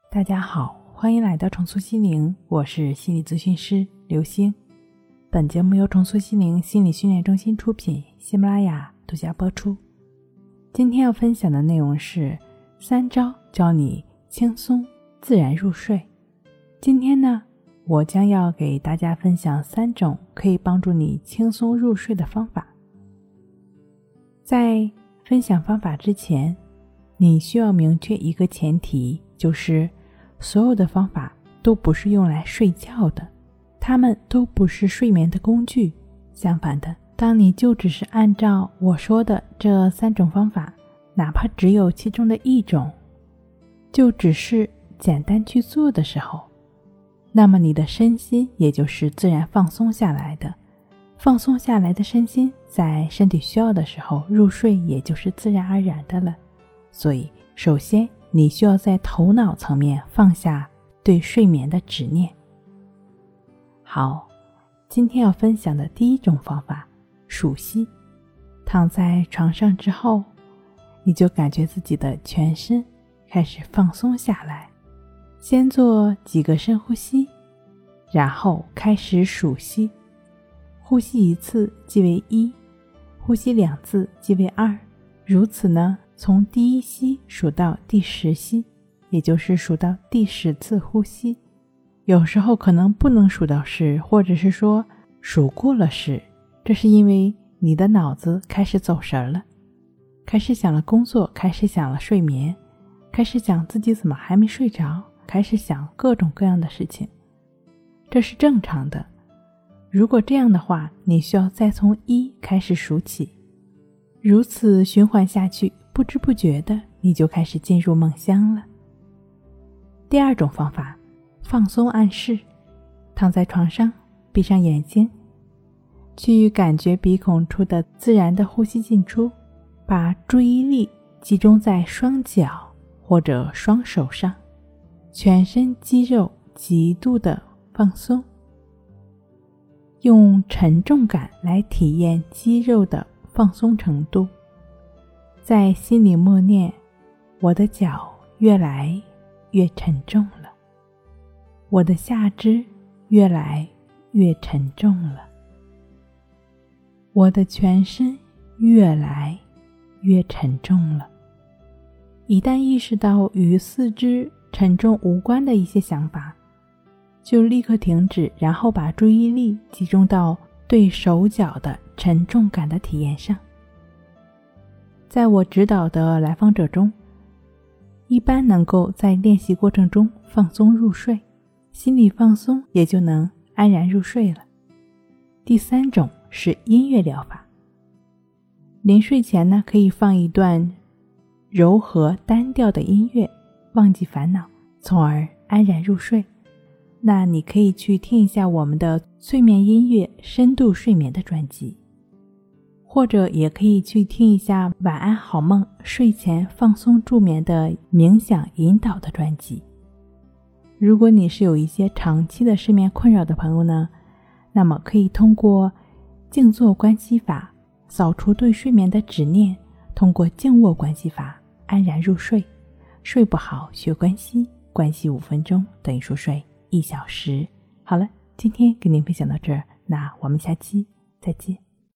大家好，欢迎来到重塑心灵，我是心理咨询师刘星。本节目由重塑心灵心理训练中心出品，喜马拉雅独家播出。今天要分享的内容是3招教你轻松自然入睡。今天呢，我将要给大家分享3种可以帮助你轻松入睡的方法。在分享方法之前，你需要明确一个前提，就是所有的方法都不是用来睡觉的，它们都不是睡眠的工具。相反的，当你就只是按照我说的这3种方法，哪怕只有其中的一种，就只是简单去做的时候，那么你的身心也就是自然放松下来的。放松下来的身心，在身体需要的时候入睡也就是自然而然的了。所以首先你需要在头脑层面放下对睡眠的执念。好，今天要分享的第一种方法，数息。躺在床上之后，你就感觉自己的全身开始放松下来。先做几个深呼吸，然后开始数息。呼吸1次即为1，呼吸2次即为2，如此呢，从第1吸数到第10吸，也就是数到第10次呼吸。有时候可能不能数到10，或者是说数过了10，这是因为你的脑子开始走神了，开始想了工作，开始想了睡眠，开始想自己怎么还没睡着，开始想各种各样的事情，这是正常的。如果这样的话，你需要再从1开始数起，如此循环下去，不知不觉的你就开始进入梦乡了。第2种方法，放松暗示。躺在床上，闭上眼睛，去感觉鼻孔处的自然的呼吸进出，把注意力集中在双脚或者双手上，全身肌肉极度的放松，用沉重感来体验肌肉的放松程度。在心里默念，我的脚越来越沉重了，我的下肢越来越沉重了，我的全身越来越沉重了。一旦意识到与四肢沉重无关的一些想法，就立刻停止，然后把注意力集中到对手脚的沉重感的体验上。在我指导的来访者中，一般能够在练习过程中放松入睡，心理放松也就能安然入睡了。第3种是音乐疗法。临睡前呢，可以放一段柔和单调的音乐，忘记烦恼，从而安然入睡。那你可以去听一下我们的催眠音乐深度睡眠的专辑，或者也可以去听一下晚安好梦睡前放松助眠的冥想引导的专辑。如果你是有一些长期的睡眠困扰的朋友呢，那么可以通过静坐观息法扫除对睡眠的执念，通过静卧观息法安然入睡。睡不好学观息，观息5分钟等于熟睡1小时。好了，今天跟您分享到这儿，那我们下期再见。